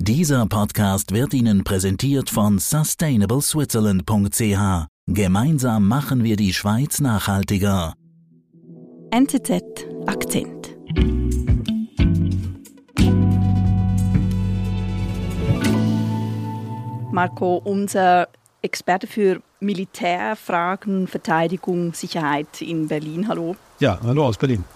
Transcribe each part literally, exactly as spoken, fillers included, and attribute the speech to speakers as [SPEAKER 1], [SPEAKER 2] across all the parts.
[SPEAKER 1] Dieser Podcast wird Ihnen präsentiert von sustainable switzerland punkt c h. Gemeinsam machen wir die Schweiz nachhaltiger.
[SPEAKER 2] N Z Z Akzent. Marco, unser Experte für Militärfragen, Verteidigung, Sicherheit in Berlin. Hallo.
[SPEAKER 3] Ja, hallo aus Berlin.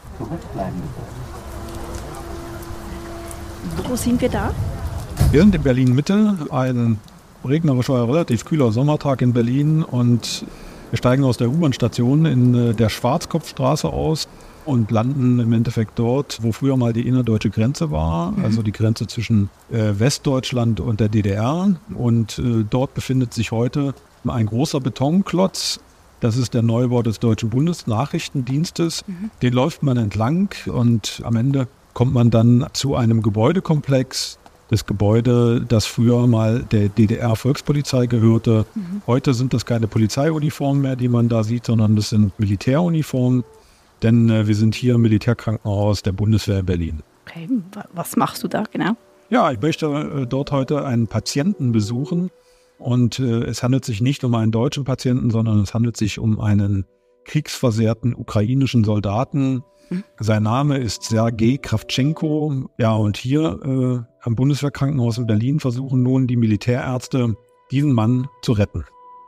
[SPEAKER 2] Wo sind wir da?
[SPEAKER 3] Wir sind in Berlin-Mitte, ein regnerischer, relativ kühler Sommertag in Berlin, und wir steigen aus der U-Bahn-Station in der Schwarzkopfstraße aus und landen im Endeffekt dort, wo früher mal die innerdeutsche Grenze war, mhm. also die Grenze zwischen äh, Westdeutschland und der D D R. Und äh, dort befindet sich heute ein großer Betonklotz. Das ist der Neubau des Deutschen Bundesnachrichtendienstes. Mhm. Den läuft man entlang und am Ende kommt man dann zu einem Gebäudekomplex. Das Gebäude, das früher mal der D D R-Volkspolizei gehörte. Mhm. Heute sind das keine Polizeiuniformen mehr, die man da sieht, sondern das sind Militäruniformen. Denn äh, wir sind hier im Militärkrankenhaus der Bundeswehr in Berlin.
[SPEAKER 2] Okay, was machst du da genau?
[SPEAKER 3] Ja, ich möchte äh, dort heute einen Patienten besuchen. Und äh, es handelt sich nicht um einen deutschen Patienten, sondern es handelt sich um einen kriegsversehrten ukrainischen Soldaten. Mhm. Sein Name ist Sergei Kravtschenko. Ja, und hier äh, am Bundeswehrkrankenhaus in Berlin versuchen nun die Militärärzte, diesen Mann zu retten.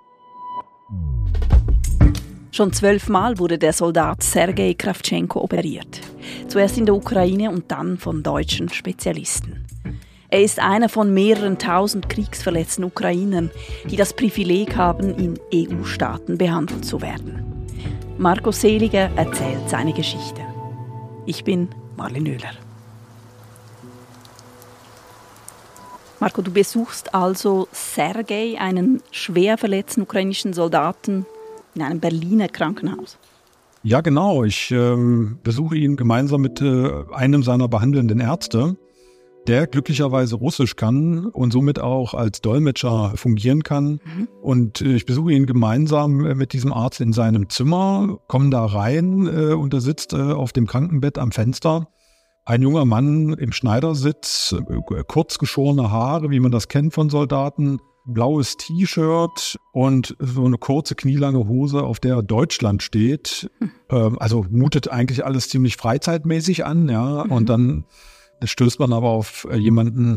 [SPEAKER 2] Schon zwölfmal wurde der Soldat Sergei Kravtschenko operiert. Zuerst in der Ukraine und dann von deutschen Spezialisten. Er ist einer von mehreren tausend kriegsverletzten Ukrainern, die das Privileg haben, in E U-Staaten behandelt zu werden. Marco Seliger erzählt seine Geschichte. Ich bin Marlin Oehler. Marco, du besuchst also Sergei, einen schwer verletzten ukrainischen Soldaten, in einem Berliner Krankenhaus.
[SPEAKER 3] Ja, genau. Ich ähm, besuche ihn gemeinsam mit äh, einem seiner behandelnden Ärzte, der glücklicherweise Russisch kann und somit auch als Dolmetscher fungieren kann. Mhm. Und äh, ich besuche ihn gemeinsam äh, mit diesem Arzt in seinem Zimmer, komme da rein äh, und er sitzt äh, auf dem Krankenbett am Fenster. Ein junger Mann im Schneidersitz, äh, kurz geschorene Haare, wie man das kennt von Soldaten, blaues T-Shirt und so eine kurze, knielange Hose, auf der Deutschland steht. Mhm. Ähm, also mutet eigentlich alles ziemlich freizeitmäßig an, ja. Mhm. Und dann stößt man aber auf jemanden,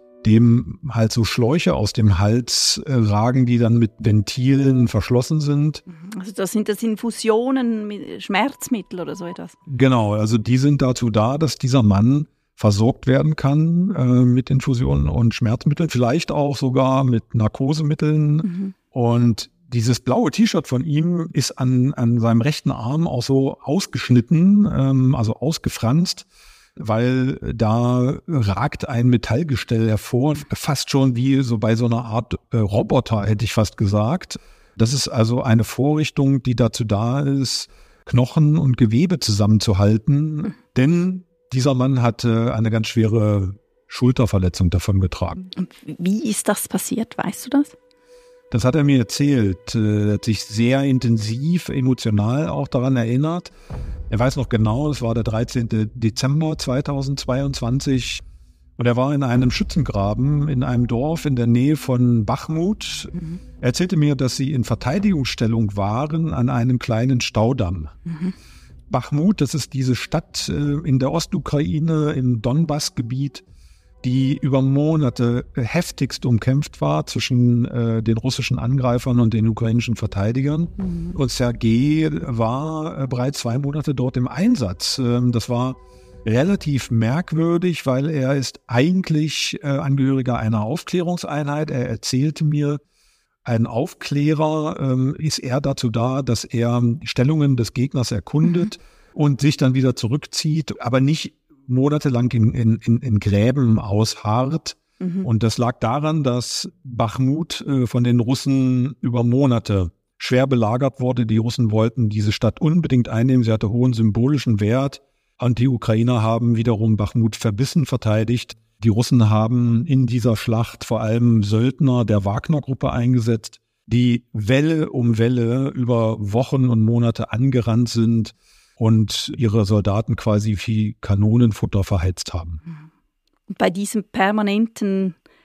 [SPEAKER 3] dem halt so Schläuche aus dem Hals äh, ragen, die dann mit Ventilen verschlossen sind.
[SPEAKER 2] Also das sind das Infusionen, mit Schmerzmittel oder so etwas? Genau,
[SPEAKER 3] also die sind dazu da, dass dieser Mann versorgt werden kann äh, mit Infusionen und Schmerzmitteln, vielleicht auch sogar mit Narkosemitteln. Mhm. Und dieses blaue T-Shirt von ihm ist an, an seinem rechten Arm auch so ausgeschnitten, ähm, also ausgefranst, weil da ragt ein Metallgestell hervor, fast schon wie so bei so einer Art äh, Roboter, hätte ich fast gesagt. Das ist also eine Vorrichtung, die dazu da ist, Knochen und Gewebe zusammenzuhalten, mhm. denn dieser Mann hatte eine ganz schwere Schulterverletzung davon getragen.
[SPEAKER 2] Und wie ist das passiert? Weißt du das?
[SPEAKER 3] Das hat er mir erzählt. Er hat sich sehr intensiv, emotional auch daran erinnert. Er weiß noch genau, es war der dreizehnten Dezember zweitausendzweiundzwanzig und er war in einem Schützengraben in einem Dorf in der Nähe von Bachmut. Mhm. Er erzählte mir, dass sie in Verteidigungsstellung waren an einem kleinen Staudamm. Mhm. Bachmut, das ist diese Stadt in der Ostukraine, im Donbass-Gebiet, die über Monate heftigst umkämpft war zwischen äh, den russischen Angreifern und den ukrainischen Verteidigern. Mhm. Und Sergei war äh, bereits zwei Monate dort im Einsatz. Ähm, das war relativ merkwürdig, weil er ist eigentlich äh, Angehöriger einer Aufklärungseinheit. Er erzählte mir, ein Aufklärer ähm, ist eher dazu da, dass er Stellungen des Gegners erkundet mhm. und sich dann wieder zurückzieht, aber nicht monatelang in, in, in Gräben ausharrt. Mhm. Und das lag daran, dass Bachmut äh, von den Russen über Monate schwer belagert wurde. Die Russen wollten diese Stadt unbedingt einnehmen. Sie hatte hohen symbolischen Wert. Und die Ukrainer haben wiederum Bachmut verbissen verteidigt. Die Russen haben in dieser Schlacht vor allem Söldner der Wagner-Gruppe eingesetzt, die Welle um Welle über Wochen und Monate angerannt sind und ihre Soldaten quasi wie Kanonenfutter verheizt haben.
[SPEAKER 2] Bei diesem permanenten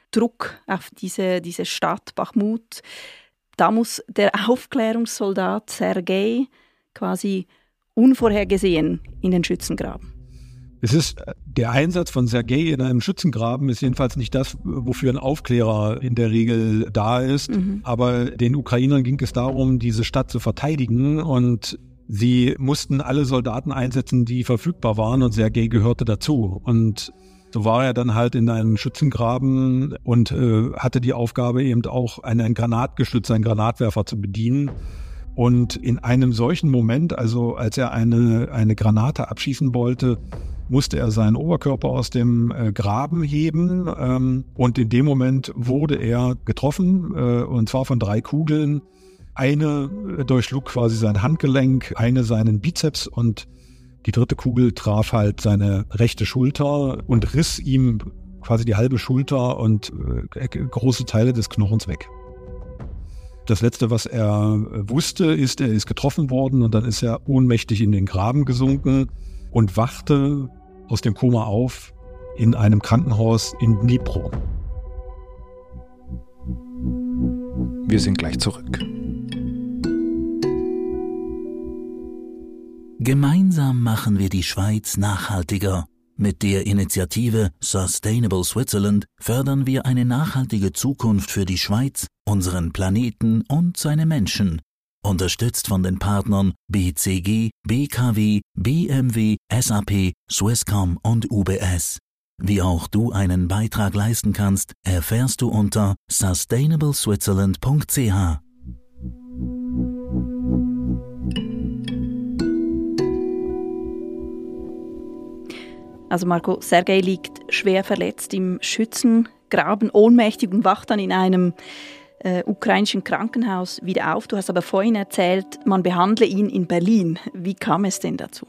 [SPEAKER 2] Druck auf diese, diese Stadt Bachmut. Da muss der Aufklärungssoldat Sergei quasi unvorhergesehen in den Schützengraben.
[SPEAKER 3] Es ist der Einsatz von Sergei in einem Schützengraben ist jedenfalls nicht das, wofür ein Aufklärer in der Regel da ist. Mhm. Aber den Ukrainern ging es darum, diese Stadt zu verteidigen, und sie mussten alle Soldaten einsetzen, die verfügbar waren, und Sergei gehörte dazu. Und so war er dann halt in einem Schützengraben und äh, hatte die Aufgabe, eben auch ein, ein Granatgeschütz, einen Granatwerfer zu bedienen. Und in einem solchen Moment, also als er eine, eine Granate abschießen wollte, musste er seinen Oberkörper aus dem äh, Graben heben. Ähm, und in dem Moment wurde er getroffen, äh, und zwar von drei Kugeln. Eine äh, durchschlug quasi sein Handgelenk, eine seinen Bizeps, und die dritte Kugel traf halt seine rechte Schulter und riss ihm quasi die halbe Schulter und äh, große Teile des Knochens weg. Das Letzte, was er wusste, ist, er ist getroffen worden, und dann ist er ohnmächtig in den Graben gesunken und wachte aus dem Koma auf in einem Krankenhaus in Dnipro.
[SPEAKER 4] Wir sind gleich zurück.
[SPEAKER 1] Gemeinsam machen wir die Schweiz nachhaltiger. Mit der Initiative Sustainable Switzerland fördern wir eine nachhaltige Zukunft für die Schweiz, unseren Planeten und seine Menschen. Unterstützt von den Partnern B C G, B K W, B M W, S A P, Swisscom und U B S. Wie auch du einen Beitrag leisten kannst, erfährst du unter sustainable switzerland punkt c h.
[SPEAKER 2] Also Marco, Sergei liegt schwer verletzt im Schützengraben, ohnmächtig, und wacht dann in einem äh, ukrainischen Krankenhaus wieder auf. Du hast aber vorhin erzählt, man behandle ihn in Berlin. Wie kam es denn dazu?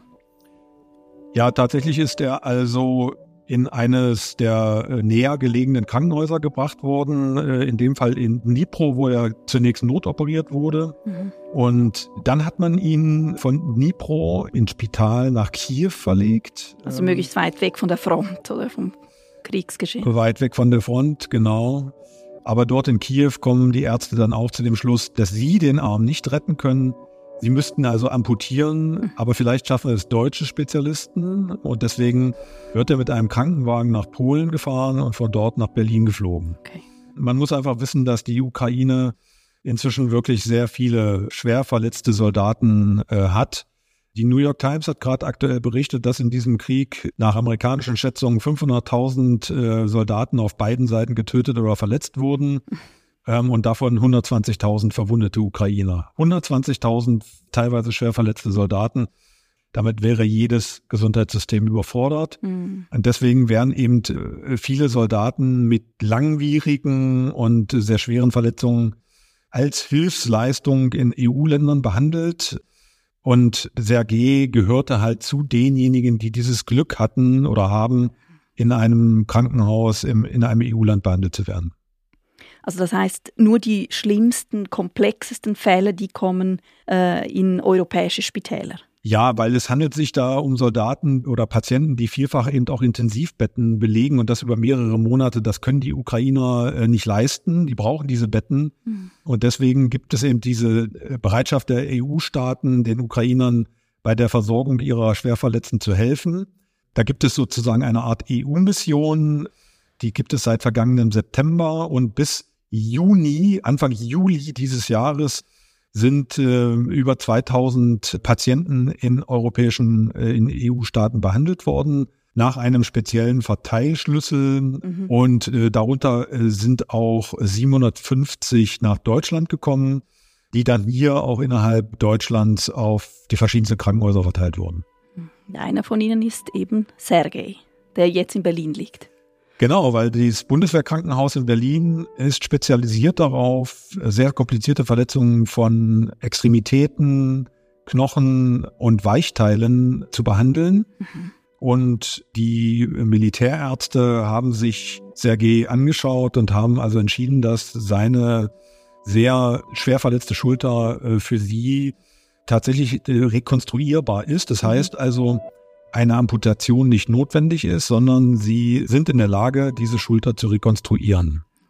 [SPEAKER 3] Ja, tatsächlich ist er also in eines der äh, näher gelegenen Krankenhäuser gebracht worden, äh, in dem Fall in Dnipro, wo er zunächst notoperiert wurde. Mhm. Und dann hat man ihn von Dnipro ins Spital nach Kiew verlegt.
[SPEAKER 2] Also möglichst weit weg von der Front oder vom Kriegsgeschehen.
[SPEAKER 3] Weit weg von der Front, genau. Aber dort in Kiew kommen die Ärzte dann auch zu dem Schluss, dass sie den Arm nicht retten können. Sie müssten also amputieren, aber vielleicht schaffen es deutsche Spezialisten. Und deswegen wird er mit einem Krankenwagen nach Polen gefahren und von dort nach Berlin geflogen. Okay. Man muss einfach wissen, dass die Ukraine inzwischen wirklich sehr viele schwer verletzte Soldaten äh, hat. Die New York Times hat gerade aktuell berichtet, dass in diesem Krieg nach amerikanischen Schätzungen fünfhunderttausend äh, Soldaten auf beiden Seiten getötet oder verletzt wurden. Und davon hundertzwanzigtausend verwundete Ukrainer. hundertzwanzigtausend teilweise schwer verletzte Soldaten. Damit wäre jedes Gesundheitssystem überfordert. Mhm. Und deswegen werden eben viele Soldaten mit langwierigen und sehr schweren Verletzungen als Hilfsleistung in E U-Ländern behandelt. Und Sergei gehörte halt zu denjenigen, die dieses Glück hatten oder haben, in einem Krankenhaus im, in einem E U-Land behandelt zu werden.
[SPEAKER 2] Also das heißt, nur die schlimmsten, komplexesten Fälle, die kommen äh, in europäische Spitäler.
[SPEAKER 3] Ja, weil es handelt sich da um Soldaten oder Patienten, die vielfach eben auch Intensivbetten belegen, und das über mehrere Monate. Das können die Ukrainer äh, nicht leisten. Die brauchen diese Betten. Mhm. Und deswegen gibt es eben diese Bereitschaft der E U-Staaten, den Ukrainern bei der Versorgung ihrer Schwerverletzten zu helfen. Da gibt es sozusagen eine Art E U-Mission. Die gibt es seit vergangenem September, und bis Juni, Anfang Juli dieses Jahres sind äh, über zweitausend Patienten in europäischen, äh, in E U-Staaten behandelt worden, nach einem speziellen Verteilschlüssel. Mhm. Und äh, darunter äh, sind auch siebenhundertfünfzig nach Deutschland gekommen, die dann hier auch innerhalb Deutschlands auf die verschiedensten Krankenhäuser verteilt wurden.
[SPEAKER 2] Einer von ihnen ist eben Sergei, der jetzt in Berlin liegt.
[SPEAKER 3] Genau, weil das Bundeswehrkrankenhaus in Berlin ist spezialisiert darauf, sehr komplizierte Verletzungen von Extremitäten, Knochen und Weichteilen zu behandeln. Mhm. Und die Militärärzte haben sich Sergei angeschaut und haben also entschieden, dass seine sehr schwer verletzte Schulter für sie tatsächlich rekonstruierbar ist. Das heißt also, eine Amputation nicht notwendig ist, sondern sie sind in der Lage, diese Schulter zu rekonstruieren.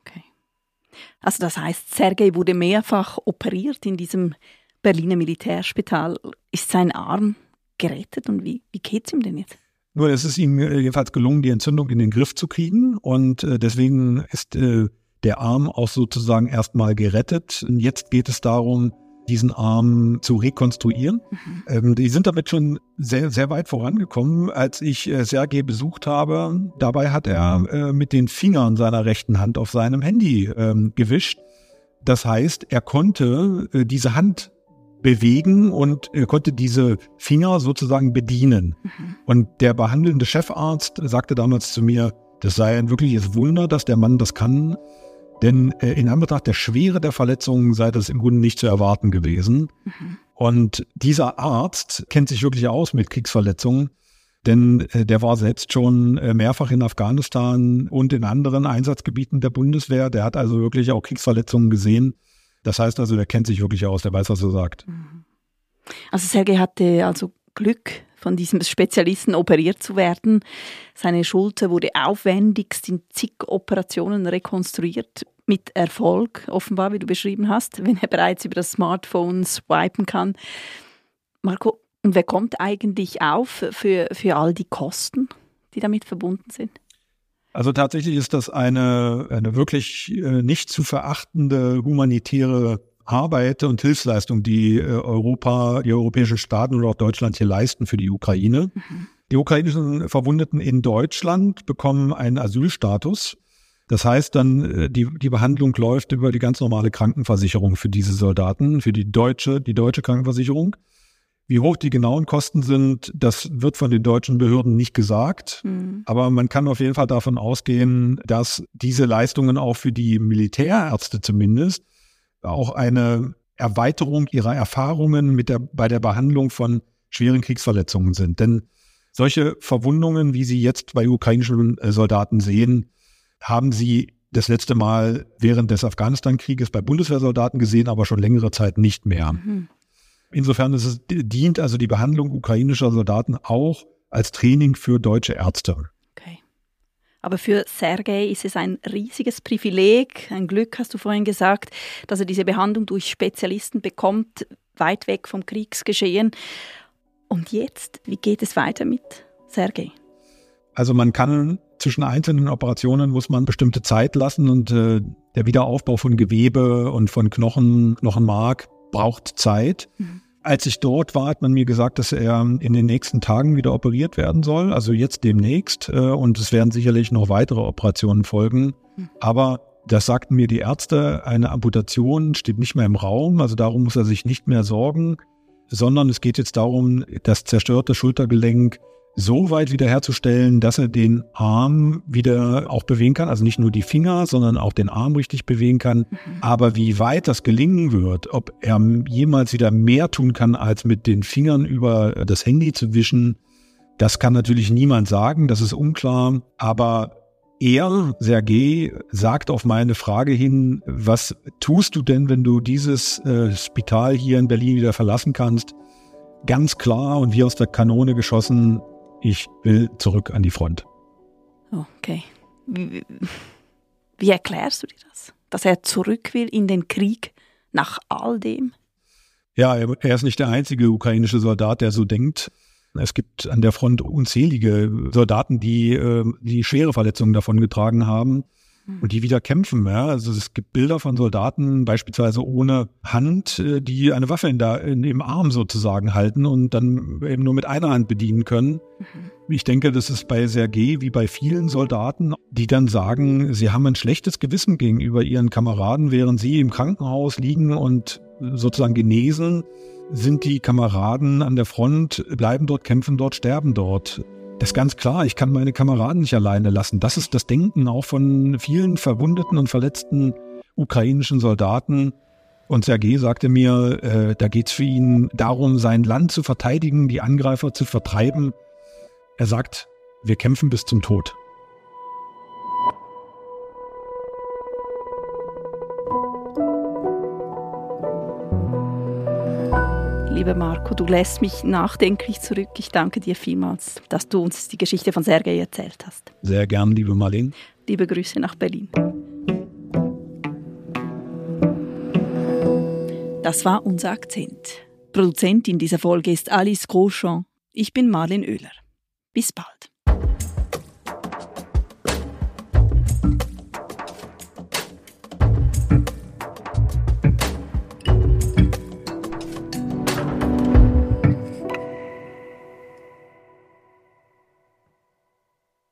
[SPEAKER 2] Also das heißt, Sergej wurde mehrfach operiert in diesem Berliner Militärspital. Ist sein Arm gerettet und wie, wie geht es ihm denn jetzt?
[SPEAKER 3] Nur es ist ihm jedenfalls gelungen, die Entzündung in den Griff zu kriegen und äh, deswegen ist äh, der Arm auch sozusagen erstmal gerettet. Und jetzt geht es darum, diesen Arm zu rekonstruieren. Mhm. Ähm, die sind damit schon sehr, sehr weit vorangekommen. Als ich äh, Sergej besucht habe, dabei hat er äh, mit den Fingern seiner rechten Hand auf seinem Handy äh, gewischt. Das heißt, er konnte äh, diese Hand bewegen und er konnte diese Finger sozusagen bedienen. Mhm. Und der behandelnde Chefarzt sagte damals zu mir, das sei ein wirkliches Wunder, dass der Mann das kann. Denn äh, in Anbetracht der Schwere der Verletzungen sei das im Grunde nicht zu erwarten gewesen. Mhm. Und dieser Arzt kennt sich wirklich aus mit Kriegsverletzungen, denn äh, der war selbst schon äh, mehrfach in Afghanistan und in anderen Einsatzgebieten der Bundeswehr. Der hat also wirklich auch Kriegsverletzungen gesehen. Das heißt also, der kennt sich wirklich aus, der weiß, was er sagt.
[SPEAKER 2] Also Sergej hatte also Glück, von diesem Spezialisten operiert zu werden. Seine Schulter wurde aufwendigst in zig Operationen rekonstruiert, mit Erfolg offenbar, wie du beschrieben hast, wenn er bereits über das Smartphone swipen kann. Marco, und wer kommt eigentlich auf für, für all die Kosten, die damit verbunden sind?
[SPEAKER 3] Also tatsächlich ist das eine, eine wirklich äh, nicht zu verachtende humanitäre Arbeit und Hilfsleistung, die äh, Europa, die europäischen Staaten und auch Deutschland hier leisten für die Ukraine. Mhm. Die ukrainischen Verwundeten in Deutschland bekommen einen Asylstatus. Das heißt dann, äh, die, die Behandlung läuft über die ganz normale Krankenversicherung für diese Soldaten, für die deutsche, die deutsche Krankenversicherung. Wie hoch die genauen Kosten sind, das wird von den deutschen Behörden nicht gesagt. Mhm. Aber man kann auf jeden Fall davon ausgehen, dass diese Leistungen auch für die Militärärzte zumindest auch eine Erweiterung ihrer Erfahrungen mit der, bei der Behandlung von schweren Kriegsverletzungen sind. Denn solche Verwundungen, wie sie jetzt bei ukrainischen Soldaten sehen, haben sie das letzte Mal während des Afghanistan-Krieges bei Bundeswehrsoldaten gesehen, aber schon längere Zeit nicht mehr. Mhm. Insofern ist es, dient also die Behandlung ukrainischer Soldaten auch als Training für deutsche Ärzte.
[SPEAKER 2] Okay. Aber für Sergej ist es ein riesiges Privileg, ein Glück, hast du vorhin gesagt, dass er diese Behandlung durch Spezialisten bekommt, weit weg vom Kriegsgeschehen. Und jetzt, wie geht es weiter mit Sergej?
[SPEAKER 3] Also man kann zwischen einzelnen Operationen muss man bestimmte Zeit lassen und äh, der Wiederaufbau von Gewebe und von Knochen, Knochenmark braucht Zeit. Mhm. Als ich dort war, hat man mir gesagt, dass er in den nächsten Tagen wieder operiert werden soll, also jetzt demnächst. Äh, und es werden sicherlich noch weitere Operationen folgen. Mhm. Aber das sagten mir die Ärzte, eine Amputation steht nicht mehr im Raum, also darum muss er sich nicht mehr sorgen, sondern es geht jetzt darum, das zerstörte Schultergelenk so weit wiederherzustellen, dass er den Arm wieder auch bewegen kann, also nicht nur die Finger, sondern auch den Arm richtig bewegen kann. Mhm. Aber wie weit das gelingen wird, ob er jemals wieder mehr tun kann, als mit den Fingern über das Handy zu wischen, das kann natürlich niemand sagen, das ist unklar. Aber er, Sergej, sagt auf meine Frage hin, was tust du denn, wenn du dieses äh, Spital hier in Berlin wieder verlassen kannst? Ganz klar und wie aus der Kanone geschossen, ich will zurück an die Front.
[SPEAKER 2] Okay. Wie, wie erklärst du dir das? Dass er zurück will in den Krieg nach all dem?
[SPEAKER 3] Ja, er, er ist nicht der einzige ukrainische Soldat, der so denkt. Es gibt an der Front unzählige Soldaten, die, die schwere Verletzungen davongetragen haben und die wieder kämpfen. Ja. Also es gibt Bilder von Soldaten, beispielsweise ohne Hand, die eine Waffe in der, in, im Arm sozusagen halten und dann eben nur mit einer Hand bedienen können. Mhm. Ich denke, das ist bei Sergej wie bei vielen Soldaten, die dann sagen, sie haben ein schlechtes Gewissen gegenüber ihren Kameraden, während sie im Krankenhaus liegen und sozusagen genesen, sind die Kameraden an der Front, bleiben dort, kämpfen dort, sterben dort. Das ist ganz klar, ich kann meine Kameraden nicht alleine lassen. Das ist das Denken auch von vielen verwundeten und verletzten ukrainischen Soldaten. Und Sergej sagte mir, äh, da geht es für ihn darum, sein Land zu verteidigen, die Angreifer zu vertreiben. Er sagt, wir kämpfen bis zum Tod.
[SPEAKER 2] Lieber Marco, du lässt mich nachdenklich zurück. Ich danke dir vielmals, dass du uns die Geschichte von Sergej erzählt hast.
[SPEAKER 3] Sehr gern, liebe Marlene.
[SPEAKER 2] Liebe Grüße nach Berlin. Das war unser Akzent. Produzentin dieser Folge ist Alice Groschon. Ich bin Marlene Oehler. Bis bald.